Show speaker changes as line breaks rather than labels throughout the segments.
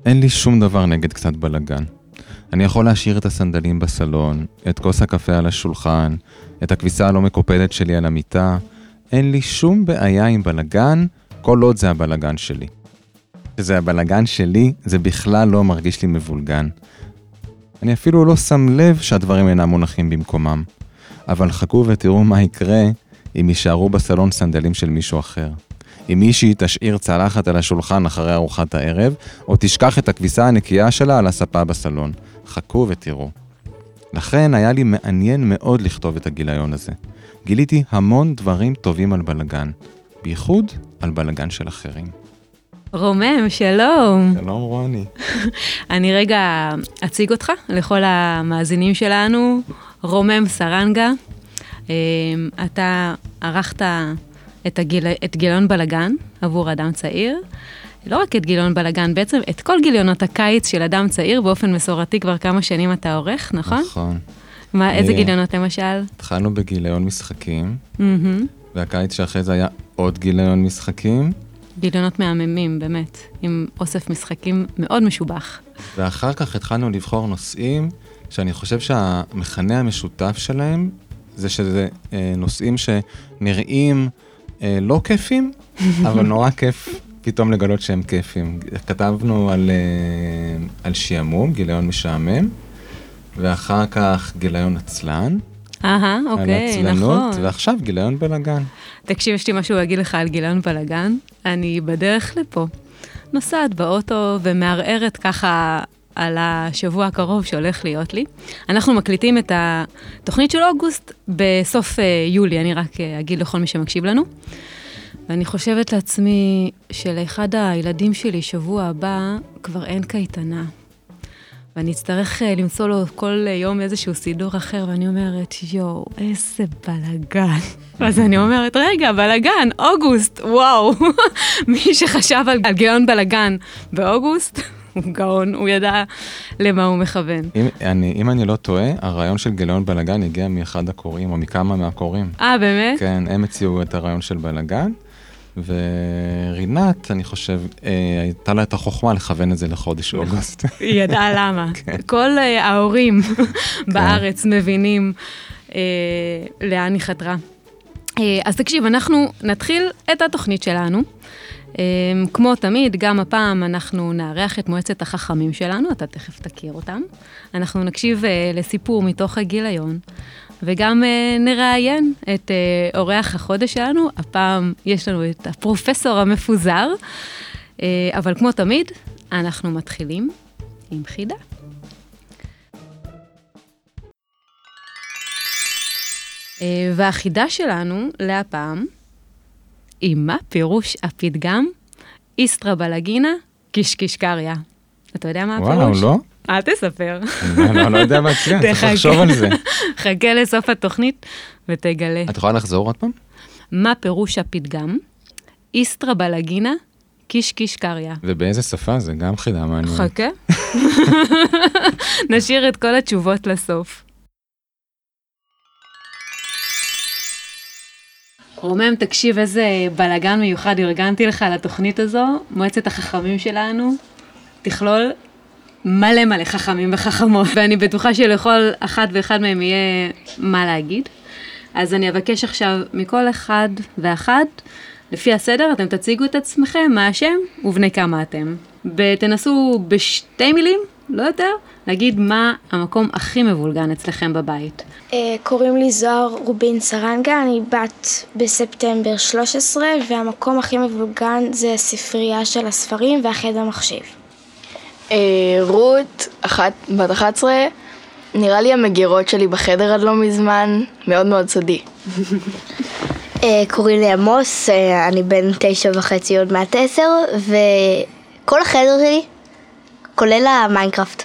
אין לי שום דבר נגד קצת בלגן. אני יכול להשאיר את הסנדלים בסלון, את כוס הקפה על השולחן, את הכביסה הלא מקופדת שלי על המיטה. אין לי שום בעיה עם בלגן, כל עוד זה הבלגן שלי. שזה הבלגן שלי, זה בכלל לא מרגיש לי מבולגן. אני אפילו לא שם לב שהדברים אינם מונחים במקומם. אבל חכו ותראו מה יקרה אם יישארו בסלון סנדלים של מישהו אחר. אם מישהי תשאיר צלחת על השולחן אחרי ארוחת הערב, או תשכח את הכביסה הנקייה שלה על הספה בסלון. חכו ותראו. לכן היה לי מעניין מאוד לכתוב את הגיליון הזה. גיליתי המון דברים טובים על בלגן, בייחוד על בלגן של אחרים.
רומם, שלום.
שלום רוני.
אני רגע אציג אותך לכל המאזינים שלנו. רומם סרנגה, אתה ערכת את גיליון בלגן עבור אדם צעיר. לא רק את גיליון בלגן, בעצם את כל גיליונות הקיץ של אדם צעיר, באופן מסורתי כבר כמה שנים אתה עורך, נכון?
נכון.
איזה גיליונות למשל?
התחלנו בגיליון משחקים, והקיץ שאחרי זה היה עוד גיליון משחקים.
גיליונות מהממים, באמת, עם אוסף משחקים מאוד משובח.
ואחר כך התחלנו לבחור נושאים, שאני חושב שהמכנה המשותף שלהם, זה שזה נושאים שנראים לא כיפים, אבל נורא כיף פתאום לגלות שהם כיפים. כתבנו על שעמום, גיליון משעמם, ואחר כך גיליון עצלן.
אוקיי,
על עצלנות,
נכון.
ועכשיו גיליון בלגן.
תקשיב, יש לי משהו להגיד לך על גיליון בלגן. אני בדרך לפה, נוסעת באוטו ומערערת ככה על השבוע הקרוב שהולך להיות לי. אנחנו מקליטים את התוכנית של אוגוסט בסוף יולי, אני רק אגיד לכל מי שמקשיב לנו. ואני חושבת לעצמי שלאחד הילדים שלי שבוע הבא כבר אין קייטנה. ואני אצטרך למצוא לו כל יום איזשהו סידור אחר, ואני אומרת, יואו, איזה בלגן. אז אני אומרת, רגע, בלגן, אוגוסט, וואו. מי שחשב על גיליון בלגן באוגוסט, הוא גאון, הוא ידע למה הוא מכוון.
אם אני לא טועה, הרעיון של גיליון בלגן הגיע מאחד הקוראים, או מכמה מהקוראים.
באמת?
כן, הם הציעו את הרעיון של בלגן, ורינת, אני חושב, הייתה לה את החוכמה לכוון את זה לחודש אוגוסט.
היא ידעה למה. כל ההורים בארץ מבינים לאן היא חתרה. אז תקשיב, אנחנו נתחיל את התוכנית שלנו. כמו תמיד, גם הפעם אנחנו נארח את מועצת החכמים שלנו, אתה תכף תכיר אותם. אנחנו נקשיב לסיפור מתוך הגיליון, וגם נראיין את אורח החודש שלנו. הפעם יש לנו את הפרופסור המפוזר, אבל כמו תמיד, אנחנו מתחילים עם חידה. והחידה שלנו להפעם, עם מה פירוש הפתגם? איסטרה בלגינה, קישקישקריה. אתה יודע מה הפירוש?
וואו, לא?
אל תספר.
לא יודע מה אצלי, צריך לחשוב על זה.
חכה לסוף התוכנית ותגלה.
את יכולה לחזור עוד פעם?
מה פירוש הפתגם? איסטרה בלגינה, קישקישקריה.
ובאיזה שפה זה? גם חידה מעניין.
חכה. נשאיר את כל התשובות לסוף. רומם, תקשיב איזה בלגן מיוחד ארגנתי לך לתוכנית הזו. מועצת החכמים שלנו תכלול מלא חכמים וחכמות, ואני בטוחה שלכל אחת ואחד מהם יהיה מה להגיד. אז אני אבקש עכשיו מכל אחד ואחת, לפי הסדר, אתם תציגו את עצמכם, מה השם ובני כמה אתם. ותנסו בשתי מילים, לא יותר, להגיד מה המקום הכי מבולגן אצלכם בבית.
קוראים לי זוהר רובין סרנגה, אני בת בספטמבר 13, והמקום הכי מבולגן זה הספרייה של הספרים והחדר מחשב.
רות, בת 11, נראה לי המגירות שלי בחדר עד לא מזמן, מאוד מאוד סודי.
קוראים לי עמוס, אני בן 9.5 עוד מעט 10, וכל החדר שלי, כולל המיינקראפט.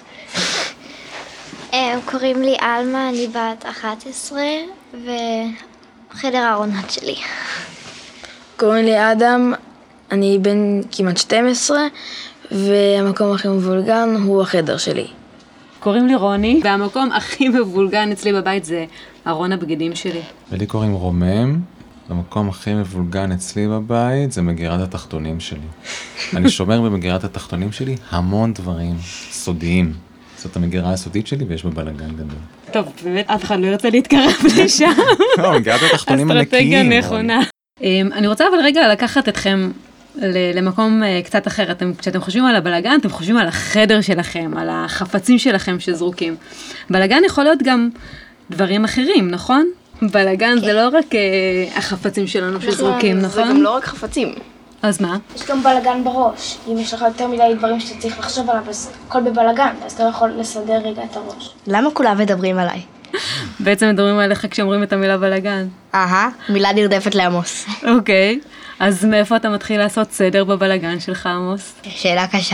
קוראים לי אלמה, אני בת 11, וחדר הארונות שלי.
קוראים לי אדם, אני בן כמעט 12, והמקום הכי מבולגן הוא החדר שלי.
קוראים לי רוני, והמקום הכי מבולגן אצלי בבית זה ארון הבגדים שלי.
ולי קוראים רומם, המקום הכי מבולגן אצלי בבית זה מגירת התחתונים שלי. אני שומר במגירת התחתונים שלי המון דברים סודיים. זאת המגירה הסודית שלי ויש בה בלגן גדול.
טוב, באמת אף אחד לא ירצה להתקרב לשם.
לא, מגירת התחתונים הנקיים.
אסטרטגיה נכונה. אני רוצה אבל רגע לקחת אתכם למקום קצת אחר. כשאתם חושבים על הבלגן, אתם חושבים על החדר שלכם, על החפצים שלכם שזרוקים. בלגן יכול להיות גם דברים אחרים, נכון? בלגן זה לא רק החפצים שלנו שזרוקים, נכון?
זה גם לא רק חפצים.
אז מה?
יש גם בלגן בראש. אם יש לך יותר מדי דברים שאתה צריך לחשוב עליו, אז הכל בבלגן, אז אתה לא יכול לסדר רגע את הראש.
למה כולם מדברים עליי?
בעצם מדברים עליך כשאומרים את המילה בלגן.
מילה נרדפת לעמוס.
אוקיי, אז מאיפה אתה מתחיל לעשות סדר בבלגן שלך, עמוס?
שאלה קשה.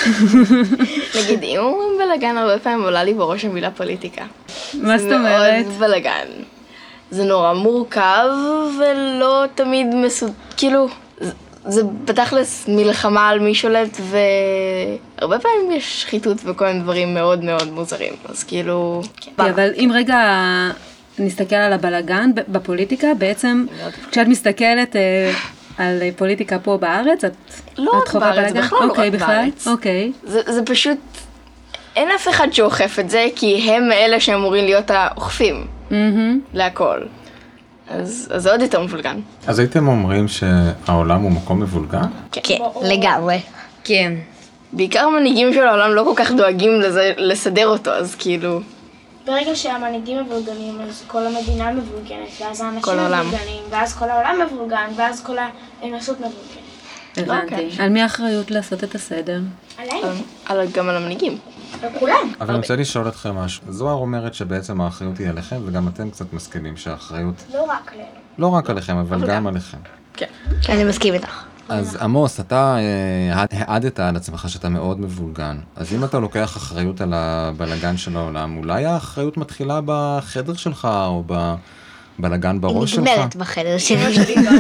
נגיד, אם אומרים בלגן, הרבה פעמים עולה לי בראש המילה פוליטיקה.
מה זאת אומרת?
זה מאוד בלגן. זה נורא מורכב ולא תמיד כאילו, זה בתכלס מלחמה על מי שולט, והרבה פעמים יש שחיתות וכל מיני דברים מאוד מאוד מוזרים, אז כאילו...
אבל אם רגע נסתכל על הבלגן בפוליטיקה, בעצם כשאת מסתכלת על פוליטיקה פה בארץ, את
לא רק בארץ, בכלל לא רק בארץ.
אוקיי.
זה פשוט, אין אף אחד שאוכף את זה, כי הם אלה שאמורים להיות האוכפים להכל. אז זה עוד יותר מבולגן.
אז הייתם אומרים שהעולם הוא מקום מבולגן?
כן, לגמרי.
כן.
בעיקר מנהיגים של העולם לא כל כך דואגים לסדר אותו, אז כאילו...
ברגע שהמנהיגים מבולגנים, אז כל המדינה מבולגנת, ואז האנשים
כל העולם.
מבולגנים, ואז כל העולם מבולגן, ואז כל האנושות מבולגנת.
הבנתי. על מי האחריות לעשות את הסדר?
עלינו,
גם על המנהיגים.
לכולם.
אבל אני רוצה לשאול אתכם משהו. זוהר אומרת שבעצם האחריות היא עליכם, וגם אתם קצת מסכימים שהאחריות...
לא רק עלינו.
לא רק עליכם, אבל גם עליכם.
כן.
אני מסכים איתך.
אז עמוס, אתה העדת על עצמך שאתה מאוד מבולגן. אז אם אתה לוקח אחריות על הבלגן של העולם, אולי האחריות מתחילה בחדר שלך, או בבלגן בראש שלך?
היא נגמרת בחדר שלי.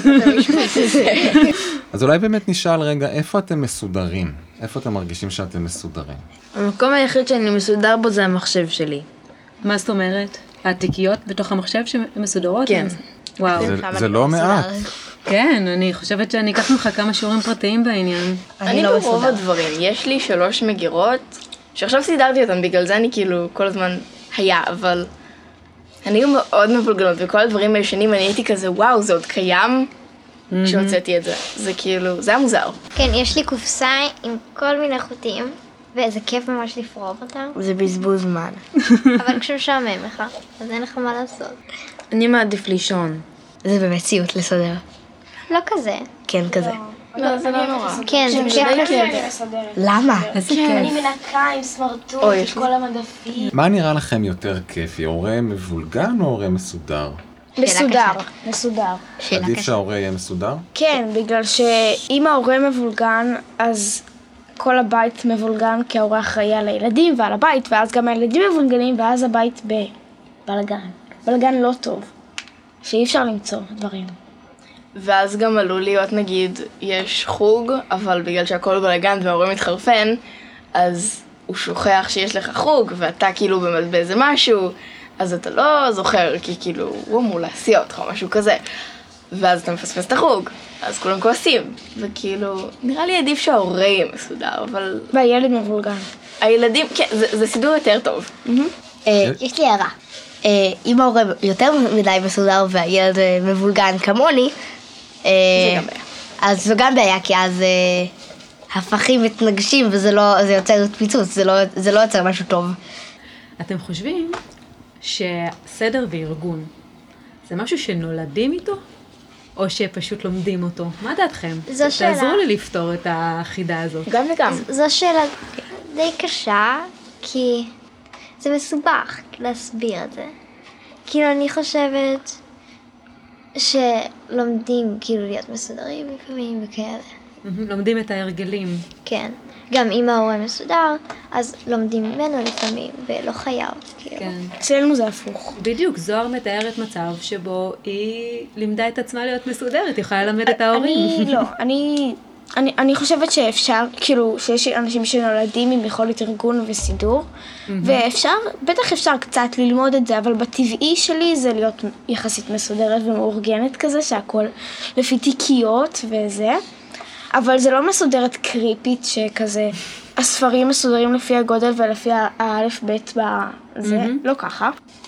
אז אולי באמת נשאל רגע, איפה אתם מסודרים? איפה אתם מרגישים שאתם מסודרים?
המקום היחיד שאני מסודר בו זה המחשב שלי.
מה זאת אומרת? התיקיות בתוך המחשב שמסודרות?
כן.
וואו.
זה לא מעט.
כן, אני חושבת שאני אקח ממך כמה שיעורים פרטיים בעניין.
אני ברוב הדברים, יש לי 3 מגירות, שעכשיו סידרתי אותן, בגלל זה אני כאילו כל הזמן היה, אבל אני גם מאוד מבולגנות, וכל הדברים הישנים, אני הייתי כזה, וואו, זה עוד קיים כשהוצאתי את זה. זה כאילו, זה היה מוזר.
כן, יש לי קופסה עם כל מיני חוטים, וזה כיף ממש לפרוב אותם.
זה בזבוז זמן.
אבל כשמשעמם לך, אז אין לך מה לעשות.
אני מעדיף לישון.
זה באמת סיוט לסדר.
לא כזה.
כן, כזה.
לא, זה לא נורא.
כן, זה כיף.
למה?
איזה
אני
כיף.
מנקה עם סמרטוט
אוי,
את כל המדפים.
מה נראה לכם יותר כיפי, הורה מבולגן או הורה מסודר?
מסודר.
עדיף שההורה יהיה מסודר?
כן, בגלל שאם ההורה מבולגן, אז כל הבית מבולגן, כי ההורה אחראי על הילדים ועל הבית, ואז גם הילדים מבולגנים, ואז הבית בבלגן. בלגן לא טוב, שאי אפשר למצוא דברים.
ואז גם עלול להיות, נגיד, יש חוג, אבל בגלל שהכל בלגן וההורה מתחרפן, אז הוא שוכח שיש לך חוג, ואתה כאילו במלבז משהו, אז אתה לא זוכר, כי כאילו הוא אמור להסיע אותך או משהו כזה. ואז אתה מפספס את החוג, אז כולם כועסים. וכאילו, נראה לי עדיף שההורה יהיה מסודר, אבל...
והילד מבולגן.
הילדים, כן, זה סידור יותר טוב.
יש לי הערה. אם ההורה יותר מדי מסודר והילד מבולגן כמוני,
זה גם בעיה.
אז זו גם בעיה, כי אז הפכים מתנגשים וזה יוצר פיצוץ, זה לא יוצר משהו טוב.
אתם חושבים שסדר וארגון זה משהו שנולדים איתו, או שפשוט לומדים אותו? מה דעתכם?
זו שאלה.
תעזרו לי לפתור את החידה הזאת.
גם וגם.
זו שאלה די קשה, כי זה מסובך להסביר את זה. כאילו אני חושבת שלומדים כאילו להיות מסודרים לפעמים וכאלה.
לומדים את ההרגלים.
כן. גם אם ההורה מסודר, אז לומדים ממנו לפעמים, ולא חייב. כאילו.
כן.
אצלנו זה הפוך.
בדיוק, זוהר מתארת מצב שבו היא לימדה את עצמה להיות מסודרת, היא יכולה ללמד את ההורים.
אני אני חושבת שאפשר, כאילו, שיש אנשים שנולדים עם יכולת ארגון וסידור, ואפשר, בטח אפשר קצת ללמוד את זה, אבל בטבעי שלי זה להיות יחסית מסודרת ומאורגנת כזה, שהכל לפי תיקיות וזה, אבל זה לא מסודרת קריפית שכזה, הספרים מסודרים לפי הגודל ולפי האלף בית בזה, לא ככה.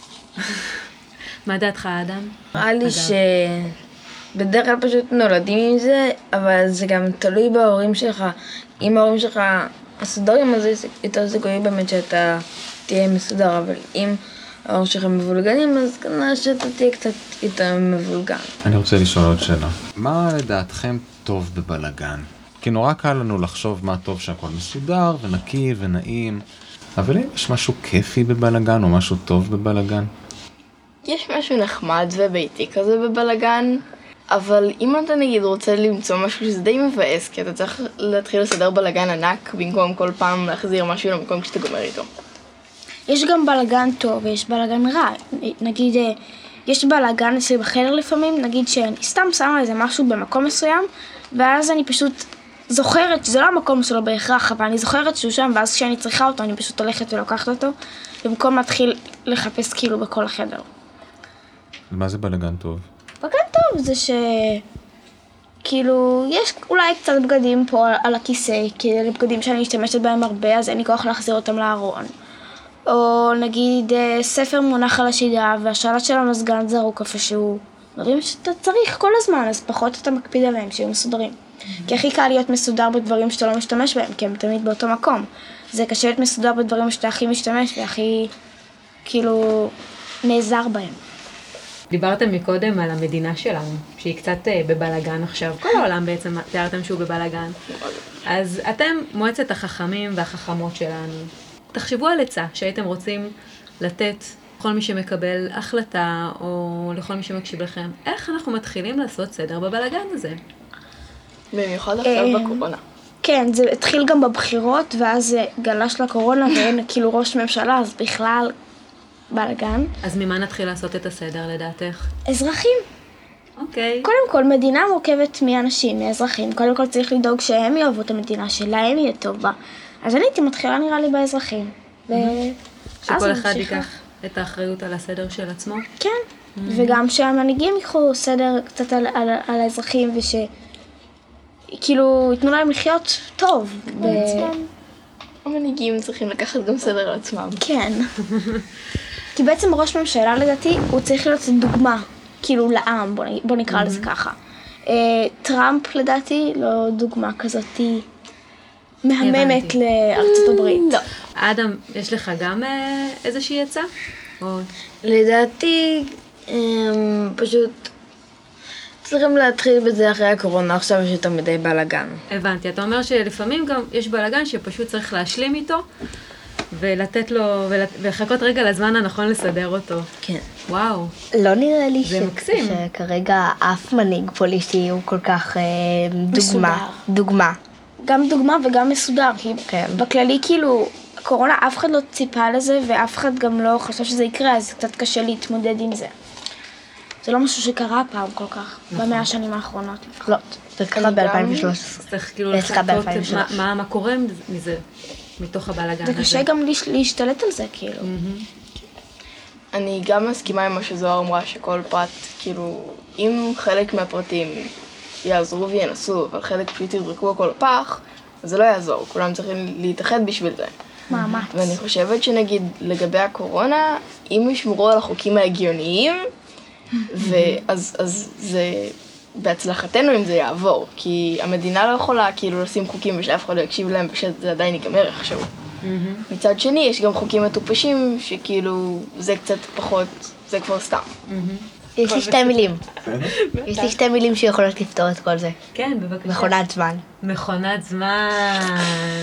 מה דעתך, אדם?
נראה לי בדרך כלל פשוט נולדים עם זה, אבל זה גם תלוי בהורים שלך. אם ההורים שלך מסודרים, אז זה יותר סיכוי באמת שאתה תהיה מסודר, אבל אם ההורים שלך מבולגנים, אז כנראה שאתה תהיה קצת יותר מבולגן.
אני רוצה לשאול עוד שאלה. מה לדעתכם טוב בבלגן? כי נורא קל לנו לחשוב מה טוב שהכל מסודר ונקי ונעים, אבל אם יש משהו כיפי בבלגן או משהו טוב בבלגן?
יש משהו נחמד וביתי כזה בבלגן, אבל אם אתה נגיד רוצה למצוא משהו שזה די מבאס, כי אתה צריך להתחיל לסדר בלגן ענק במקום כל פעם להחזיר משהו למקום כשאתה גומר איתו.
יש גם בלגן טוב ויש בלגן רע. נגיד, יש בלגן אצלי בחדר לפעמים, נגיד שאני סתם שמה איזה משהו במקום מסוים, ואז אני פשוט זוכרת שזה לא המקום שלו בהכרח, אבל אני זוכרת שהוא שם, ואז כשאני צריכה אותו אני פשוט הולכת ולוקחת אותו, במקום להתחיל לחפש כאילו בכל החדר.
מה זה בלגן טוב?
בלגן טוב זה כאילו, יש אולי קצת בגדים פה על הכיסא, כי אלה בגדים שאני משתמשת בהם הרבה, אז אין לי כוח להחזיר אותם לארון. או נגיד ספר מונח על השידה והשלט של המזגן זרוק איפשהו. דברים שאתה צריך כל הזמן, אז פחות אתה מקפיד עליהם שיהיו מסודרים. כי הכי קל להיות מסודר בדברים שאתה לא משתמש בהם, כי הם תמיד באותו מקום. זה קשה להיות מסודר בדברים שאתה הכי משתמש והכי כאילו נעזר בהם.
דיברתם מקודם על המדינה שלנו, שהיא קצת בבלגן עכשיו. כל העולם בעצם תיארתם שהוא בבלגן. אז אתם, מועצת החכמים והחכמות שלנו, תחשבו על עצה שהייתם רוצים לתת לכל מי שמקבל החלטה, או לכל מי שמקשיב לכם. איך אנחנו מתחילים לעשות סדר בבלגן הזה?
במיוחד עכשיו בקורונה.
כן, זה התחיל גם בבחירות, ואז גלש לקורונה, ואין כאילו ראש ממשלה, אז בכלל בלגן.
אז ממה נתחיל לעשות את הסדר לדעתך?
אזרחים.
אוקיי.
קודם כל, מדינה מורכבת מאנשים, מאזרחים. קודם כל צריך לדאוג שהם יאהבו את המדינה, שלהם יהיה טוב בה. אז אני הייתי מתחילה נראה לי באזרחים.
שכל אחד ייקח את האחריות על הסדר של עצמו?
כן, וגם שהמנהיגים ייקחו סדר קצת על האזרחים, וכאילו ייתנו להם לחיות טוב.
המנהיגים צריכים לקחת גם סדר על עצמם.
כן. כי בעצם ראש ממשלה לדעתי הוא צריך להיות דוגמה, כאילו לעם, בוא נקרא לזה ככה. טראמפ לדעתי לא דוגמה כזאת מהממת לארצות הברית.
לא.
אדם, יש לך גם איזושהי עצה?
לדעתי, פשוט צריכים להתחיל בזה אחרי הקורונה, עכשיו יש יותר מדי בלגן.
הבנתי, אתה אומר שלפעמים גם יש בלגן שפשוט צריך להשלים איתו, ולתת לו, ולחכות רגע לזמן הנכון לסדר אותו.
כן.
וואו.
לא נראה לי שכרגע אף מנהיג פוליטי הוא כל כך דוגמה.
גם דוגמה וגם מסודר, כי בכללי כאילו, הקורונה אף אחד לא ציפה לזה, ואף אחד גם לא חשב שזה יקרה, אז קצת קשה להתמודד עם זה. זה לא משהו שקרה פעם כל כך, ב100 השנים האחרונות.
לא, זה קרה ב-2013.
צריך כאילו לחכות מה קורה מזה, מתוך הבלגן הזה.
זה קשה גם להשתלט על זה, כאילו.
אני גם מסכימה עם מה שזוהר אמרה, שכל פרט, כאילו, אם חלק מהפרטים יעזרו וינסו, אבל חלק פשוט יזרקו הכל לפח, אז זה לא יעזור, כולם צריכים להתאחד בשביל זה.
מאמץ.
ואני חושבת שנגיד לגבי הקורונה, אם ישמרו על החוקים ההגיוניים, אז זה בהצלחתנו אם זה יעבור, כי המדינה לא יכולה כאילו לשים חוקים ושאף אחד לא יקשיב להם ושזה עדיין ייגמר איכשהו. מצד שני, יש גם חוקים מטופשים שכאילו זה קצת פחות, זה כבר סתם.
יש לי שתי מילים שיכולות לפתור את כל זה.
כן, בבקשה.
מכונת זמן.
מכונת זמן.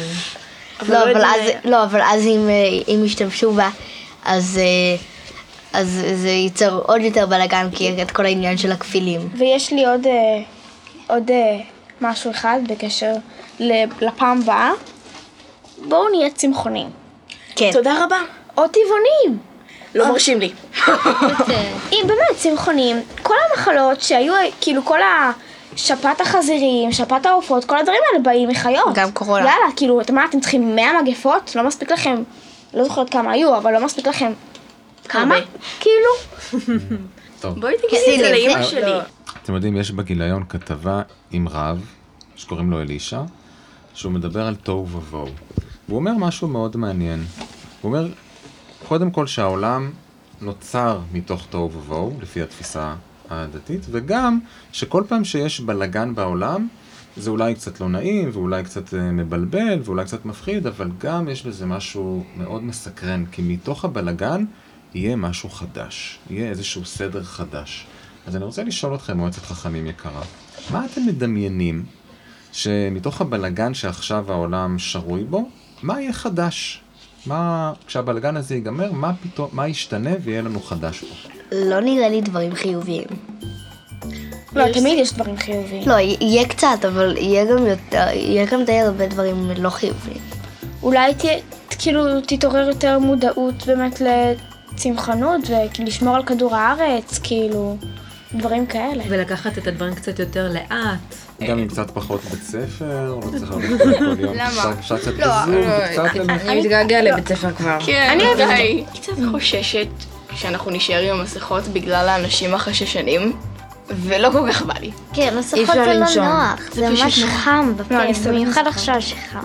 אבל אז אם ישתמשו בה, אז זה ייצר עוד יותר בלגן, כי את כל העניין של הכפילים.
ויש לי עוד משהו אחד בקשר לפעם הבאה. בואו נהיה צמחונים.
כן.
תודה רבה. או טבעונים.
לא מרשים לי.
אם באמת צמחונים, כל המחלות שהיו, כאילו כל שפעת החזירים, שפעת העופות, כל הדברים האלה באים מחיות.
גם קורונה.
יאללה, כאילו, אתם צריכים 100 מגפות, לא מספיק לכם, לא זוכרת כמה היו, אבל לא מספיק לכם כמה? כאילו?
טוב.
בואי תגידי את זה לאמא שלי.
אתם יודעים, יש בגיליון כתבה עם רב, שקוראים לו אלישע, שהוא מדבר על תוהו ובוהו. והוא אומר משהו מאוד מעניין. הוא אומר, קודם כל שהעולם נוצר מתוך תוהו ובוהו, לפי התפיסה הדתית, וגם שכל פעם שיש בלגן בעולם, זה אולי קצת לא נעים, ואולי קצת מבלבל, ואולי קצת מפחיד, אבל גם יש בזה משהו מאוד מסקרן, כי מתוך הבלגן יהיה משהו חדש, יהיה איזשהו סדר חדש. אז אני רוצה לשאול אתכם, מועצת חכמים יקרה, מה אתם מדמיינים שמתוך הבלגן שעכשיו העולם שרוי בו, מה יהיה חדש? כשהבלגן הזה ייגמר, מה ישתנה ויהיה לנו חדש פה?
לא נראה לי דברים
לא, תמיד יש דברים חיוביים.
לא, יהיה קצת, אבל יהיה גם די הרבה דברים לא חיוביים.
אולי כאילו תתעורר יותר מודעות באמת לצמחנות, ולשמור על כדור הארץ, כאילו, דברים כאלה.
ולקחת את הדברים קצת יותר לאט.
גם עם קצת פחות בית ספר, לא צריך ללכת כל יום.
למה?
אפשר קצת בזום, וקצת
אני מתגעגע לבית ספר כבר.
כן, אני קצת חוששת שאנחנו נשאר עם המסכות בגלל האנשים החששנים, ולא כל כך בא לי.
כן, מסכות
אפשר
זה לא
לנשום.
נוח, זה ממש
פשוט
חם בפה,
אני סובלת
במיוחד
מסכות.
עכשיו שחם.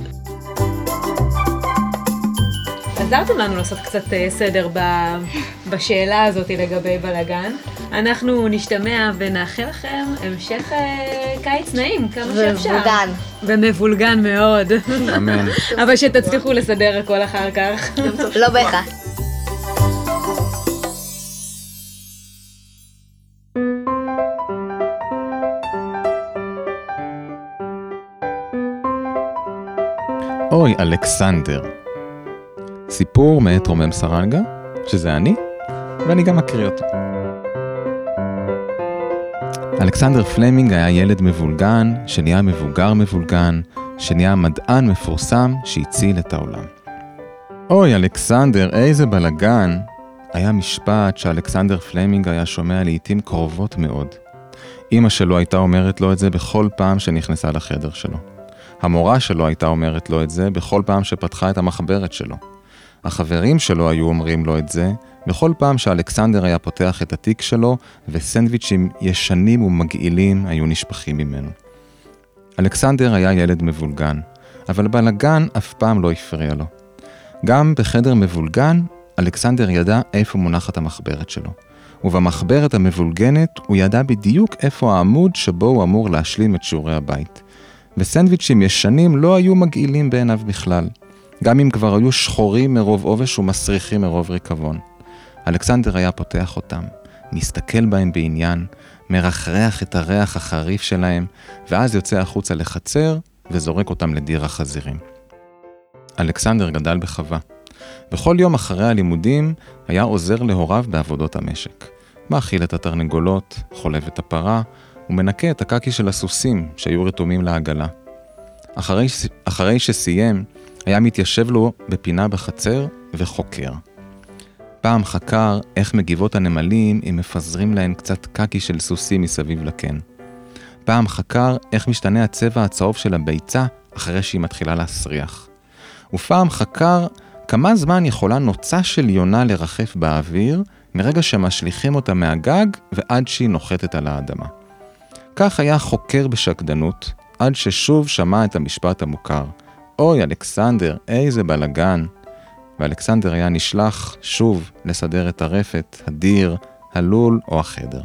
עזרתם לנו לעשות קצת סדר בשאלה הזאת לגבי בלגן. אנחנו נשתמע ונאחל לכם המשך קיץ נעים, כמה שאפשר.
ומבולגן.
ומבולגן מאוד.
אמן.
אבל שתצליחו לסדר הכל אחר כך.
לא בהכרח.
אוי, אלכסנדר. סיפור מאת רומם סרנגה, שזה אני, ואני גם אקריא אותו. אלכסנדר פלמינג היה ילד מבולגן, שנהיה מבוגר מבולגן, שנהיה מדען מפורסם שהציל את העולם. אוי, אלכסנדר, איזה בלגן! היה משפט שאלכסנדר פלמינג היה שומע לעתים קרובות מאוד. אמא שלו הייתה אומרת לו את זה בכל פעם שנכנסה לחדר שלו. המורה שלו הייתה אומרת לו את זה בכל פעם שפתחה את המחברת שלו. החברים שלו היו אומרים לו את זה בכל פעם שאלכסנדר היה פותח את התיק שלו וסנדוויצ'ים ישנים ומגעילים היו נשפכים ממנו. אלכסנדר היה ילד מבולגן, אבל בלגן אף פעם לא הפריע לו. גם בחדר מבולגן, אלכסנדר ידע איפה מונחת המחברת שלו. ובמחברת המבולגנת הוא ידע בדיוק איפה העמוד שבו הוא אמור להשלים את שיעורי הבית. וסנדוויצ'ים ישנים לא היו מגעילים בעיניו בכלל, גם אם כבר היו שחורים מרוב עובש ומסריחים מרוב ריקבון. אלכסנדר היה פותח אותם, מסתכל בהם בעניין, מרחרח את הריח החריף שלהם, ואז יוצא החוצה לחצר וזורק אותם לדיר החזירים. אלכסנדר גדל בחווה. בכל יום אחרי הלימודים היה עוזר להוריו בעבודות המשק. מאכיל את התרנגולות, חולב את הפרה, ומנקה את הקקי של הסוסים שהיו רתומים לעגלה. אחרי שסיים, היה מתיישב לו בפינה בחצר וחוקר. פעם חקר איך מגיבות הנמלים אם מפזרים להן קצת קקי של סוסים מסביב לקן. פעם חקר איך משתנה הצבע הצהוב של הביצה אחרי שהיא מתחילה להסריח. ופעם חקר כמה זמן יכולה נוצה של יונה לרחף באוויר מרגע שמשליכים אותה מהגג ועד שהיא נוחתת על האדמה. כך היה חוקר בשקדנות, עד ששוב שמע את המשפט המוכר. אוי, אלכסנדר, איזה בלגן. ואלכסנדר היה נשלח שוב לסדר את הרפת, הדיר, הלול או החדר.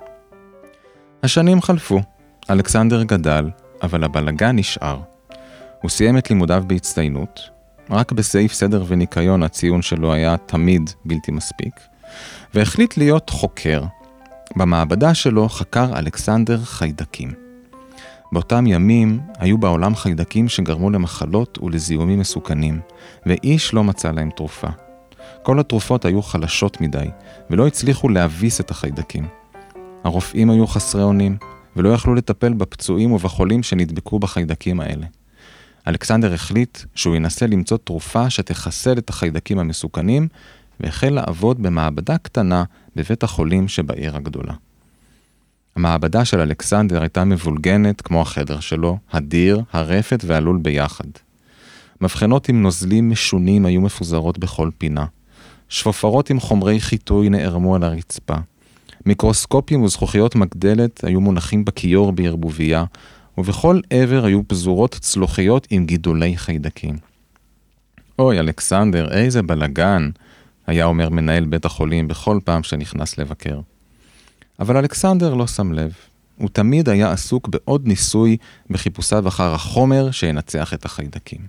השנים חלפו, אלכסנדר גדל, אבל הבלגן נשאר. הוא סיים את לימודיו בהצטיינות, רק בסעיף סדר וניקיון הציון שלו היה תמיד בלתי מספיק, והחליט להיות חוקר. במעבדה שלו חקר אלכסנדר חיידקים. באותם ימים היו בעולם חיידקים שגרמו למחלות ולזיהומים מסוכנים, ואיש לא מצא להם תרופה. כל התרופות היו חלשות מדי, ולא הצליחו להביס את החיידקים. הרופאים היו חסרי אונים, ולא יכלו לטפל בפצועים ובחולים שנדבקו בחיידקים האלה. אלכסנדר החליט שהוא ינסה למצוא תרופה שתחסל את החיידקים המסוכנים, והחל לעבוד במעבדה קטנה בבית החולים שבעיר הגדולה. המעבדה של אלכסנדר הייתה מבולגנת כמו החדר שלו, הדיר, הרפת והלול ביחד. מבחנות עם נוזלים משונים היו מפוזרות בכל פינה. שפופרות עם חומרי חיטוי נערמו על הרצפה. מיקרוסקופים וזכוכיות מגדלת היו מונחים בכיור בערבוביה, ובכל עבר היו פזורות צלוחיות עם גידולי חיידקים. אוי, אלכסנדר, איזה בלגן, היה אומר מנהל בית החולים בכל פעם שנכנס לבקר. אבל אלכסנדר לא שם לב. הוא תמיד היה עסוק בעוד ניסוי בחיפושיו אחר החומר שינצח את החיידקים.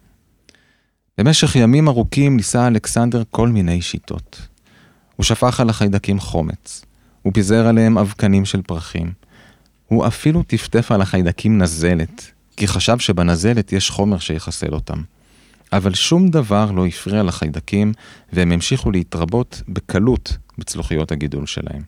במשך ימים ארוכים ניסה אלכסנדר כל מיני שיטות. הוא שפך על החיידקים חומץ. הוא פיזר עליהם אבקנים של פרחים. הוא אפילו טפטף על החיידקים נזלת, כי חשב שבנזלת יש חומר שיחסל אותם. אבל שום דבר לא הפריע לחיידקים, והם המשיכו להתרבות בקלות בצלוחיות הגידול שלהם.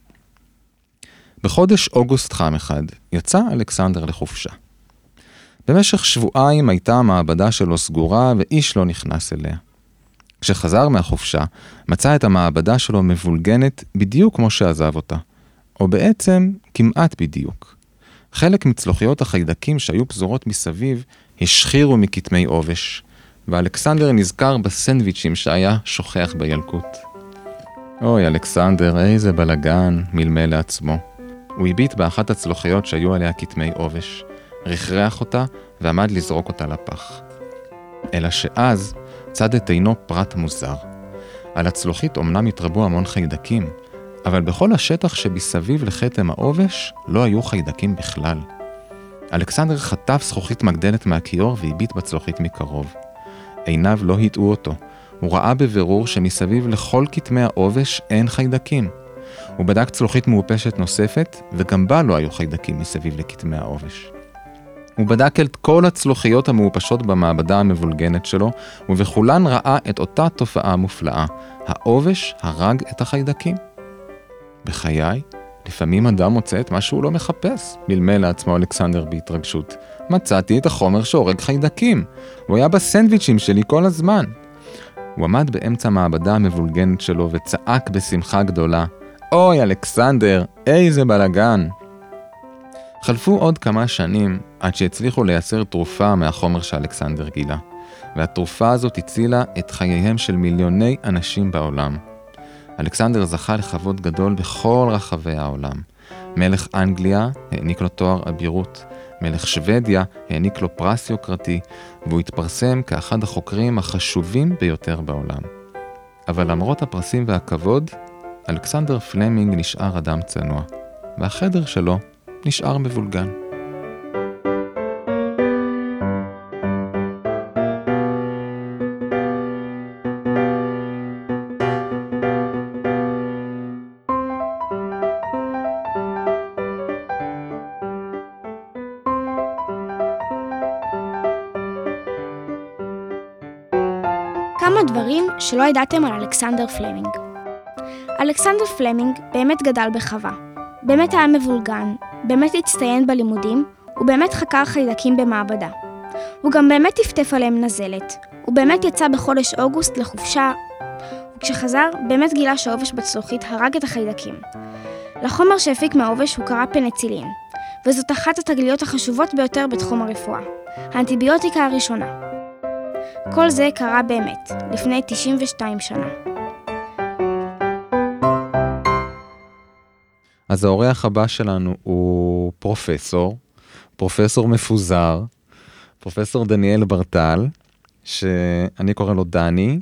בחודש אוגוסט חם אחד יצא אלכסנדר לחופשה. במשך שבועיים הייתה המעבדה שלו סגורה ואיש לא נכנס אליה. כשחזר מהחופשה, מצא את המעבדה שלו מבולגנת בדיוק כמו שעזב אותה, או בעצם כמעט בדיוק. חלק מצלוחיות החיידקים שהיו פזורות מסביב השחירו מכתמי עובש, ואלכסנדר נזכר בסנדוויצ'ים שהיה שוכח בילקוט. אוי, אלכסנדר, איזה בלגן, מלמל לעצמו. הוא הביט באחת הצלוחיות שהיו עליה כתמי עובש, רכרח אותה ועמד לזרוק אותה לפח. אלא שאז צד את עינו פרט מוזר. על הצלוחית אומנם התרבו המון חיידקים, אבל בכל השטח שבסביב לחתם העובש לא היו חיידקים בכלל. אלכסנדר חטף זכוכית מגדלת מהכיור והביט בצלוחית מקרוב. עיניו לא הטעו אותו. הוא ראה בבירור שמסביב לכל כתמי העובש אין חיידקים. הוא בדק צלוחית מעופשת נוספת, וגם בה לא היו חיידקים מסביב לכתמי העובש. הוא בדק את כל הצלוחיות המעופשות במעבדה המבולגנת שלו, ובכולן ראה את אותה תופעה מופלאה. העובש הרג את החיידקים. בחיי, לפעמים אדם מוצא את מה שהוא לא מחפש, מלמל לעצמו אלכסנדר בהתרגשות. מצאתי את החומר שהורג חיידקים. הוא היה בסנדוויצ'ים שלי כל הזמן. הוא עמד באמצע המעבדה המבולגנת שלו וצעק בשמחה גדולה. אוי, אלכסנדר, איזה בלגן. חלפו עוד כמה שנים עד שהצליחו לייצר תרופה מהחומר שאלכסנדר גילה. והתרופה הזאת הצילה את חייהם של מיליוני אנשים בעולם. אלכסנדר זכה לכבוד גדול בכל רחבי העולם. מלך אנגליה העניק לו תואר אבירות, מלך שוודיה העניק לו פרס יוקרתי, והוא התפרסם כאחד החוקרים החשובים ביותר בעולם. אבל למרות הפרסים והכבוד, אלכסנדר פלמינג נשאר אדם צנוע, והחדר שלו נשאר מבולגן.
כמה דברים שלא ידעתם על אלכסנדר פלמינג. אלכסנדר פלמינג באמת גדל בחווה. באמת היה מבולגן, באמת הצטיין בלימודים, הוא באמת חקר חיידקים במעבדה. הוא גם באמת טפטף עליהם נזלת. הוא באמת יצא בחודש אוגוסט לחופשה, וכשחזר באמת גילה שהעובש בצלוחית הרג את החיידקים. לחומר שהפיק מהעובש הוא קרא פניצילין, וזאת אחת התגליות החשובות ביותר בתחום הרפואה, האנטיביוטיקה הראשונה. כל זה קרה באמת, לפני 92 שנה.
אז האורח הבא שלנו הוא פרופסור מפוזר, פרופסור דניאל ברטל, שאני קורא לו דני.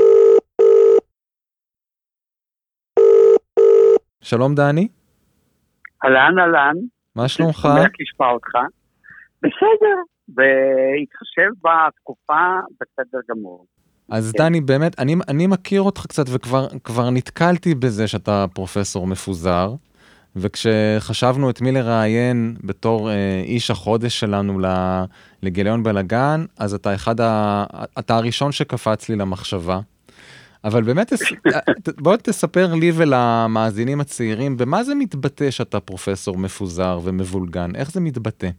שלום דני.
אהלן.
מה שלומך?
שמח לשמוע אותך. בסדר, והתחשב בתקופה בסדר גמור.
אז דני, באמת, אני מכיר אותך קצת וכבר נתקלתי בזה שאתה פרופסור מפוזר, וכשחשבנו את מי לראיין בתור איש החודש שלנו לגיליון בלגן, אז אתה הראשון שקפץ לי למחשבה. אבל באמת, בוא תספר לי ולמאזינים הצעירים, במה זה מתבטא שאתה פרופסור מפוזר ומבולגן? איך זה מתבטא?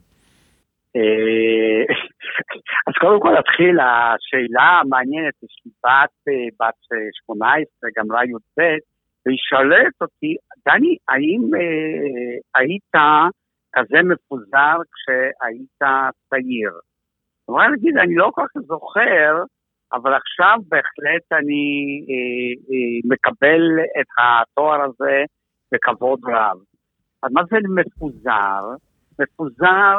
אז קודם כל התחיל השאלה המעניינת, יש לי בת 18, גם לא י"ב, והיא שואלת אותי, דני, האם היית כזה מפוזר כשהיית צעיר. אני רוצה להגיד, אני לא כל כך זוכר, אבל עכשיו בהחלט אני מקבל את התואר הזה בכבוד רב. אז מה זה מפוזר? מפוזר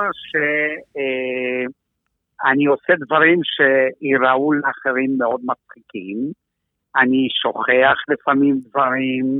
שאני עושה דברים שיראו לאחרים מאוד מצחיקים, אני שוכח לפעמים דברים,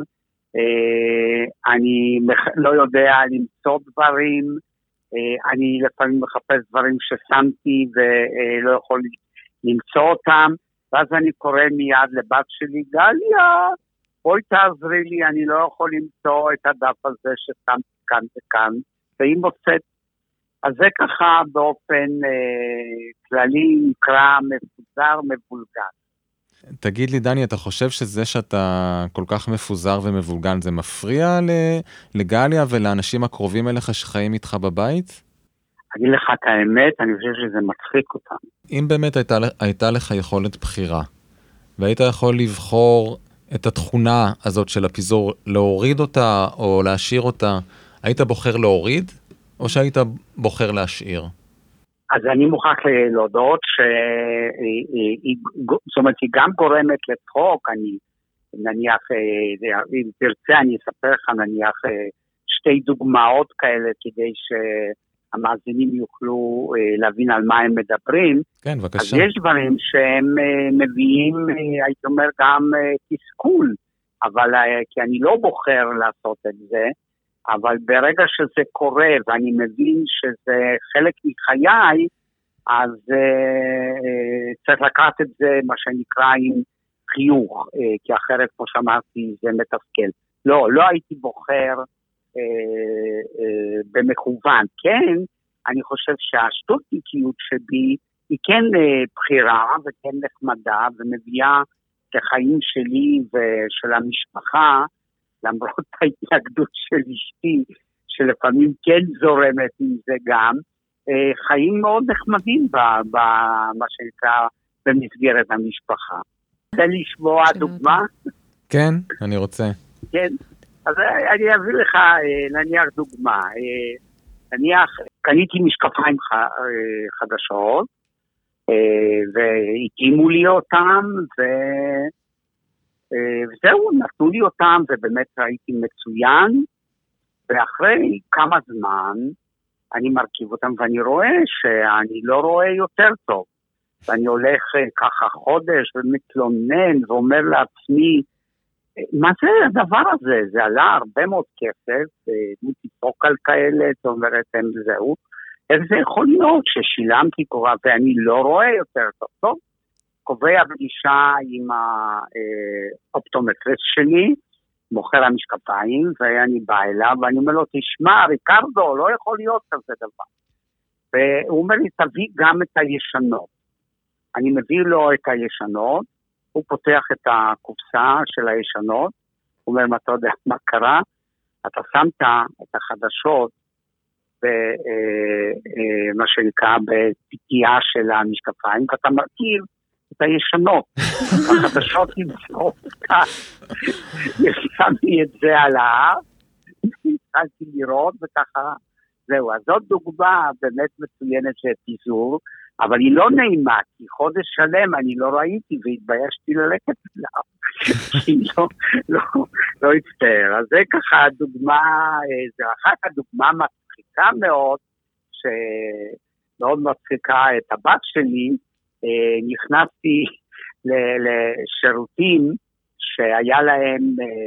אני לא יודע למצוא דברים, אני לפעמים מחפש דברים ששמתי ולא יכול למצוא אותם, ואז אני קורא מיד לבת שלי, גליה, בואי תעזרי לי, אני לא יכול למצוא את הדף הזה ששמתי כאן וכאן, והיא מוצאת. אז זה ככה באופן כללי נקרא מפוזר מבולגן.
תגיד לי, דני, אתה חושב שזה שאתה כל כך מפוזר ומבולגן, זה מפריע לגליה ולאנשים הקרובים אליך שחיים איתך בבית?
אגיד לך את האמת, אני חושב שזה מצחיק אותם.
אם באמת הייתה לך יכולת בחירה, והיית יכול לבחור את התכונה הזאת של הפיזור, להוריד אותה או להשאיר אותה, היית בוחר להוריד, או שהיית בוחר להשאיר?
אז אני מוכרח להודות זאת אומרת, היא גם גורמת לצחוק, אני נניח, אם תרצה אני אספר לך נניח שתי דוגמאות כאלה כדי שהמאזינים יוכלו להבין על מה הם מדברים.
כן, בבקשה.
אז יש דברים שהם מביאים, הייתי אומר, גם תסכול, אבל כי אני לא בוחר לעשות את זה, אבל ברגע שזה קורה ואני מבין שזה חלק מחיי, אז צריך לקחת את זה מה שנקרא עם חיוך, כי אחרת כמו שאמרתי זה מתסכל. לא הייתי בוחר במכוון. כן, אני חושב שהשטותיקיות שבי היא כן בחירה וכן נחמדה ומביאה כחיים שלי ושל המשפחה, למרות ההתנגדות של אשתי, שלפעמים כן זורמת עם זה גם, חיים מאוד נחמדים במה שנקרא במסגרת המשפחה. רוצה לשמוע דוגמה?
כן, אני רוצה.
כן, אז אני אביא לך נניח דוגמה. נניח קניתי משקפיים חדשות, והתאימו לי אותם, וזהו, נתנו לי אותם, ובאמת ראיתי מצוין, ואחרי כמה זמן אני מרכיב אותם, ואני רואה שאני לא רואה יותר טוב. ואני הולך ככה חודש ומתלונן, ואומר לעצמי, מה זה הדבר הזה? זה עלה הרבה מאוד כסף, מוטיפוקל כאלה, זאת אומרת, זהו. איך זה יכול להיות ששילמתי קורה, ואני לא רואה יותר טוב? קובע פגישה עם האופטומטריסט שלי, מוכר המשקפיים, ואני בא אליו, ואני אומר לו, תשמע, ריקרדו, לא יכול להיות כזה דבר. והוא אומר לי, תביא גם את הישנות. אני מביא לו את הישנות, הוא פותח את הקופסה של הישנות, הוא אומר, אתה יודע מה קרה? אתה שמת את החדשות, מה שנקרא, בפתייה של המשקפיים, ואתה מרכיב את הישנות. החדשות נמצאות כאן. שמתי את זה על ההר, התחלתי לראות, וככה, זהו. אז זאת דוגמה באמת מצוינת של פיזור, אבל היא לא נעימה, כי חודש שלם אני לא ראיתי, והתביישתי ללכת אליו. היא לא הצטער. אז זה ככה דוגמה, זה אחת הדוגמה מצחיקה מאוד, שמאוד מצחיקה את הבת שלי, נכנסתי לשירותים שהיה להם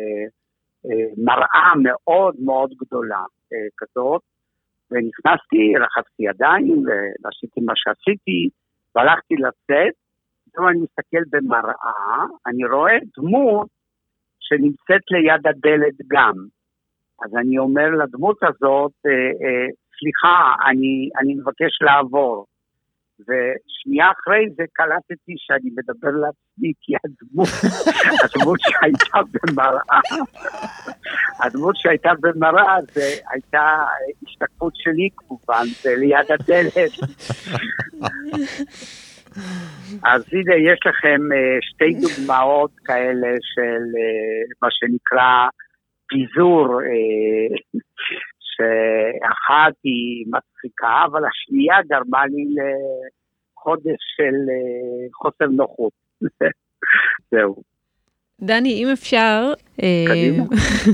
מראה מאוד מאוד גדולה כזאת, ונכנסתי, רחצתי ידיים, ועשיתי מה שעשיתי, והלכתי לצאת, פתאום אני מסתכל במראה, אני רואה דמות שנמצאת ליד הדלת גם. אז אני אומר לדמות הזאת, סליחה, אני מבקש לעבור. ושנייה אחרי זה קלטתי שאני מדבר לעצמי, כי הדמות שהייתה במראה, זה הייתה השתקפות שלי כמובן, זה ליד הדלת. אז הנה, יש לכם שתי דוגמאות כאלה של מה שנקרא פיזור, אחת היא מצחיקה, אבל השנייה גרמה לי לחודש של חוסר נוחות. זהו.
דני, אם אפשר,
קדימה.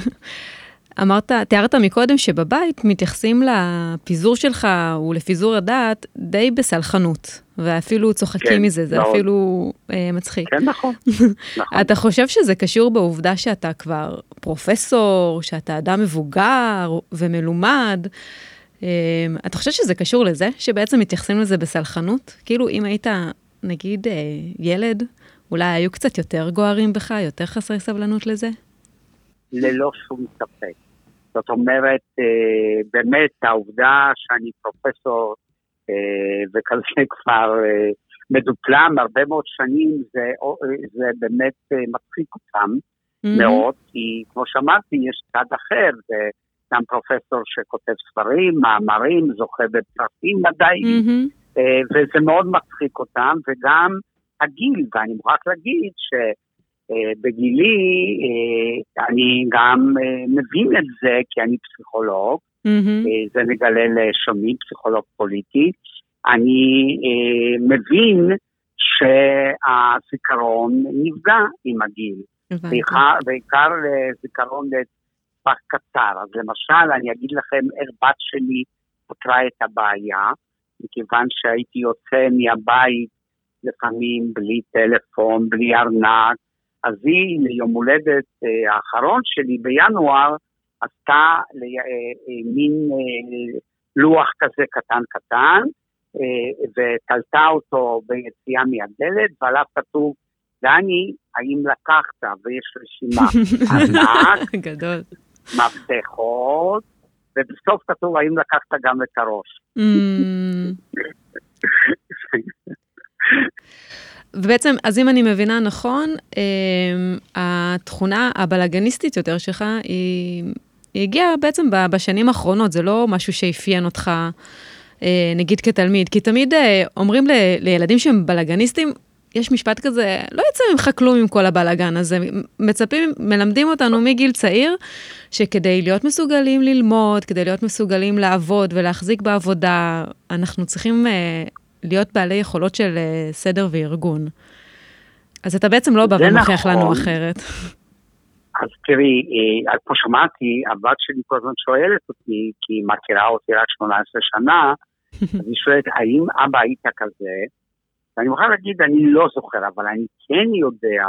תיארת מקודם שבבית מתייחסים לפיזור שלך ולפיזור הדעת די בסלחנות, ואפילו צוחקים מזה, זה אפילו מצחיק.
כן, נכון.
אתה חושב שזה קשור בעובדה שאתה כבר פרופסור, שאתה אדם מבוגר ומלומד? אתה חושב שזה קשור לזה, שבעצם מתייחסים לזה בסלחנות? כאילו אם היית, נגיד, ילד, אולי היו קצת יותר גוערים בך, יותר חסרי סבלנות לזה?
ללא שום ספק. זאת אומרת, באמת העובדה שאני פרופסור וכזה כבר מדופלם הרבה מאוד שנים, זה באמת מצחיק אותם מאוד, כי כמו שאמרתי, יש צד אחר, זה גם פרופסור שכותב ספרים, מאמרים, זוכה בפרסים מדעיים, וזה מאוד מצחיק אותם, וגם הגיל, ואני מוכרח להגיד בגילי, אני גם מבין את זה, כי אני פסיכולוג, זה נגלה לשומעים, פסיכולוג פוליטי, אני מבין שהזיכרון נפגע עם הגיל, בעיקר זיכרון לטווח קצר. אז למשל, אני אגיד לכם איך בת שלי פתרה את הבעיה, מכיוון שהייתי יוצא מהבית לפעמים בלי טלפון, בלי ארנק, אז היא ליום הולדת האחרון שלי בינואר, עשתה מין לוח כזה קטן, ותלתה אותו ביציאה מהדלת, ועליו כתוב, דני, האם לקחת? ויש רשימה ארנק,
גדול.
מפתחות, ובסוף כתוב, האם לקחת גם את הראש?
ובעצם, אז אם אני מבינה נכון, התכונה הבלגניסטית יותר שלך, היא הגיעה בעצם בשנים האחרונות, זה לא משהו שהפיין אותך, נגיד כתלמיד, כי תמיד אומרים לילדים שהם בלגניסטים, יש משפט כזה, לא יצא ממך כלום עם כל הבלגן הזה, מלמדים אותנו מגיל צעיר, שכדי להיות מסוגלים ללמוד, כדי להיות מסוגלים לעבוד ולהחזיק בעבודה, אנחנו צריכים להיות בעלי יכולות של סדר וארגון. אז אתה בעצם לא בא ומוכיח לנו אחרת.
אז תראי, כמו שמעתי, הבת שלי כל הזמן שואלת אותי, כי היא מכירה אותי רק 18 שנה, אז היא שואלת, האם אבא היית כזה? ואני מוכרח להגיד, אני לא זוכר, אבל אני כן יודע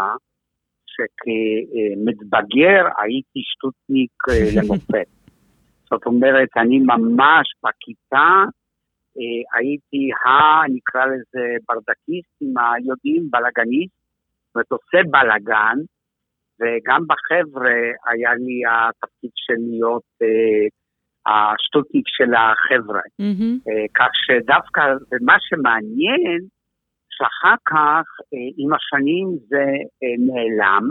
שכמתבגר הייתי שטותניק למופת. זאת אומרת, אני ממש בכיתה, הייתי נקרא לזה ברדקיסט, עם היודעים בלגניסט, זאת אומרת, עושה בלגן, וגם בחבר'ה היה לי התפקיד של להיות השטותניק של החבר'ה. כך שדווקא, ומה שמעניין, שאחר כך, עם השנים זה נעלם,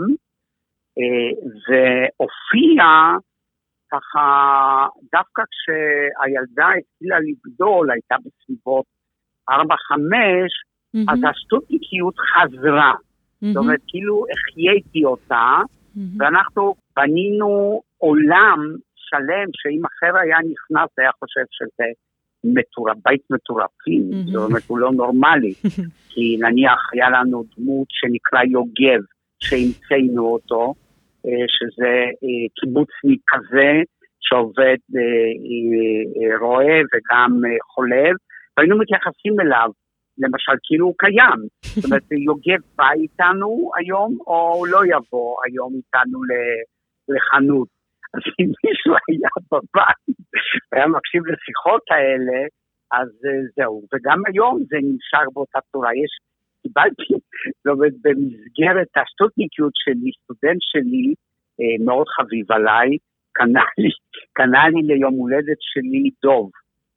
והופיע ככה, דווקא כשהילדה התחילה לגדול, הייתה בסביבות 4-5, אז השטותניקיות חזרה. זאת אומרת, כאילו החייתי אותה, ואנחנו בנינו עולם שלם, שאם אחר היה נכנס, היה חושב שזה בית מטורפים, זאת אומרת, הוא לא נורמלי, כי נניח היה לנו דמות שנקרא יוגב, שהמצאנו אותו, שזה קיבוצניק כזה, שעובד רואה וגם חולב, והיינו מתייחסים אליו, למשל, כאילו הוא קיים. זאת אומרת, יוגב בא איתנו היום, או לא יבוא היום איתנו לחנות. אז אם מישהו היה בבית, והיה מקשיב לשיחות האלה, אז זהו. וגם היום זה נמשך באותה צורה. קיבלתי, זאת אומרת, במסגרת השטותניקיות שלי, סטודנט שלי, מאוד חביב עליי, קנה לי ליום הולדת שלי דוב.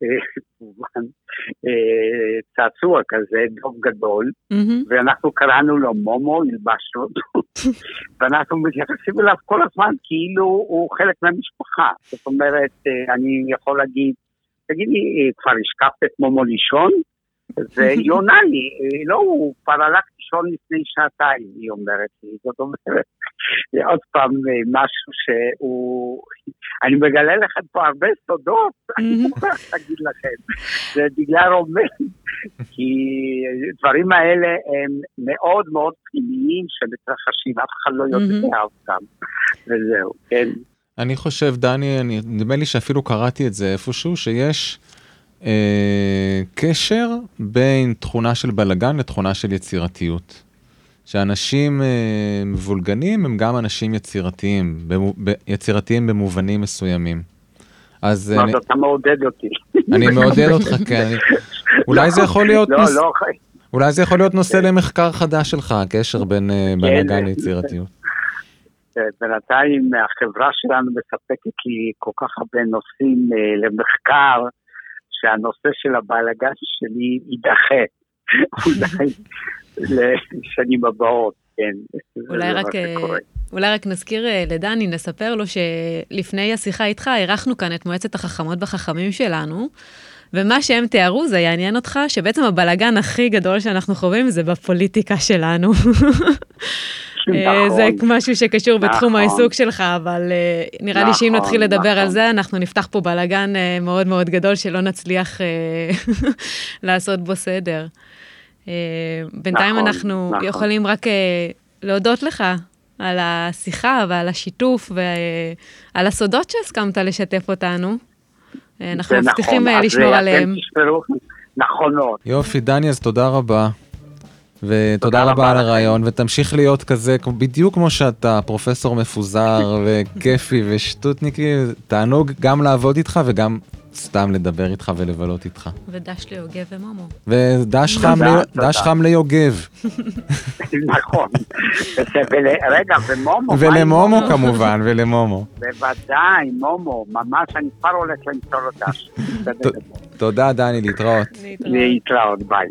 צעצוע כזה, דוב גדול, ואנחנו קראנו לו מומו, הלבשנו אותו, ואנחנו מתייחסים אליו כל הזמן, כאילו הוא חלק מהמשפחה. זאת אומרת, אני יכול להגיד, תגידי, כבר השקפת את מומו לישון? והיא עונה לי, לא, הוא כבר הלך לישון לפני שעתיים, היא אומרת לי, זאת אומרת, עוד פעם משהו שהוא, אני מגלה לכם פה הרבה סודות, אני מוכרח להגיד לכם, זה בגלל רומם, כי דברים האלה הם מאוד מאוד פנימיים שמתרחשים, אף אחד לא יודע אותם, וזהו, כן.
אני חושב, דני, נדמה לי שאפילו קראתי את זה איפשהו, שיש קשר בין תכונה של בלגן לתכונה של יצירתיות. שאנשים מבולגנים הם גם אנשים יצירתיים במובנים מסוימים. אז
אתה מעודד אותי.
אני מעודד אותך, כן. אולי זה יכול להיות נושא למחקר חדש שלך, הקשר בין בלגן ליצירתיות.
בינתיים החברה שלנו מספקת לי כל כך הרבה נושאים למחקר, שהנושא של הבלגן שלי יידחה. לשנים הבאות, כן.
אולי רק נזכיר לדני, נספר לו שלפני השיחה איתך, ערכנו כאן את מועצת החכמות והחכמים שלנו, ומה שהם תיארו זה יעניין אותך, שבעצם הבלגן הכי גדול שאנחנו חווים זה בפוליטיקה שלנו. זה משהו שקשור בתחום העיסוק שלך, אבל נראה לי שאם נתחיל לדבר על זה, אנחנו נפתח פה בלגן מאוד מאוד גדול, שלא נצליח לעשות בו סדר. בינתיים אנחנו יכולים רק להודות לך על השיחה ועל השיתוף ועל הסודות שהסכמת לשתף אותנו. אנחנו מבטיחים לשמור עליהם.
נכונות.
יופי, דני, אז תודה רבה. ותודה רבה על הרעיון, ותמשיך להיות כזה, בדיוק כמו שאתה, פרופסור מפוזר וכיפי ושטוטניקי, תענוג גם לעבוד איתך וגם סתם לדבר איתך ולבלות איתך.
ודש ליוגב ומומו.
ודש חם ליוגב.
נכון. רגע, ומומו.
ולמומו כמובן, ולמומו.
בוודאי, מומו, ממש אני כבר הולך למצוא לו דש.
תודה, דני, להתראות.
להתראות, ביי.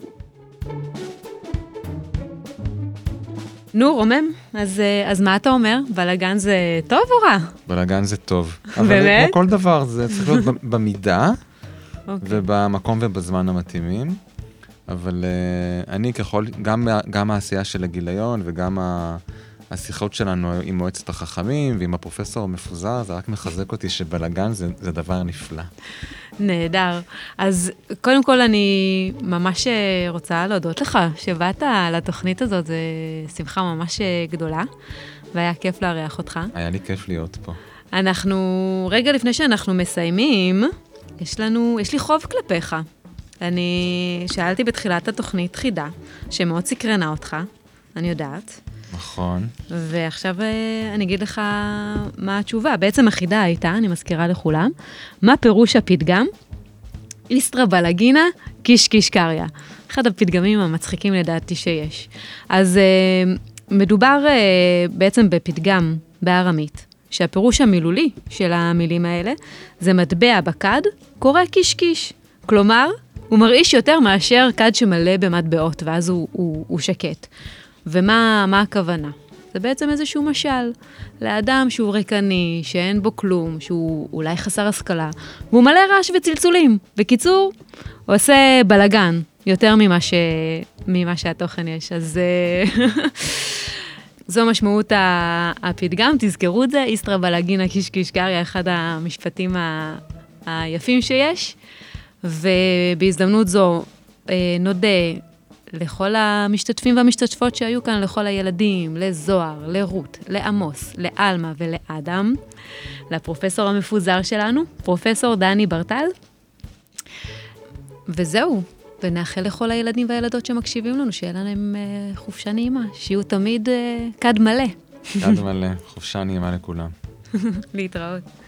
נו, רומם, אז מה אתה אומר? בלגן זה טוב או רע?
בלגן זה טוב.
באמת?
אבל כמו כל דבר, זה צריך להיות במידה, ובמקום ובזמן המתאימים. אבל אני ככל, גם העשייה של הגיליון, וגם השיחות שלנו עם מועצת החכמים, ועם הפרופסור המפוזר, זה רק מחזק אותי שבלגן זה דבר נפלא.
נהדר. אז קודם כל אני ממש רוצה להודות לך שבאת לתוכנית הזאת, זה שמחה ממש גדולה, והיה כיף לארח אותך.
היה לי כיף להיות פה.
אנחנו, רגע לפני שאנחנו מסיימים, יש לי חוב כלפיך. אני שאלתי בתחילת התוכנית חידה, שמאוד סקרנה אותך, אני יודעת.
נכון.
ועכשיו אני אגיד לך מה התשובה. בעצם החידה הייתה, אני מזכירה לכולם, מה פירוש הפתגם? איסטרה בלגינה, קיש קיש קריה. אחד הפתגמים המצחיקים לדעתי שיש. אז מדובר בעצם בפתגם בארמית, שהפירוש המילולי של המילים האלה, זה מטבע בקד, קורא קיש קיש. כלומר, הוא מרעיש יותר מאשר קד שמלא במטבעות, ואז הוא שקט. ומה הכוונה? זה בעצם איזשהו משל לאדם שהוא ריקני, שאין בו כלום, שהוא אולי חסר השכלה, והוא מלא רעש וצלצולים. בקיצור, הוא עושה בלגן יותר ממה שהתוכן יש. אז זו משמעות הפתגם, תזכרו את זה, איסטרה בלגינה קיש קיש קריה, אחד המשפטים היפים שיש, ובהזדמנות זו נודה לכל המשתתפים והמשתתפות שהיו כאן, לכל הילדים, לזוהר, לרות, לעמוס, לאלמה ולאדם, לפרופסור המפוזר שלנו, פרופסור דני ברטל. וזהו, ונאחל לכל הילדים והילדות שמקשיבים לנו, שיהיה להם חופשה נעימה, שיהיו תמיד קד מלא.
קד מלא, חופשה נעימה לכולם.
להתראות.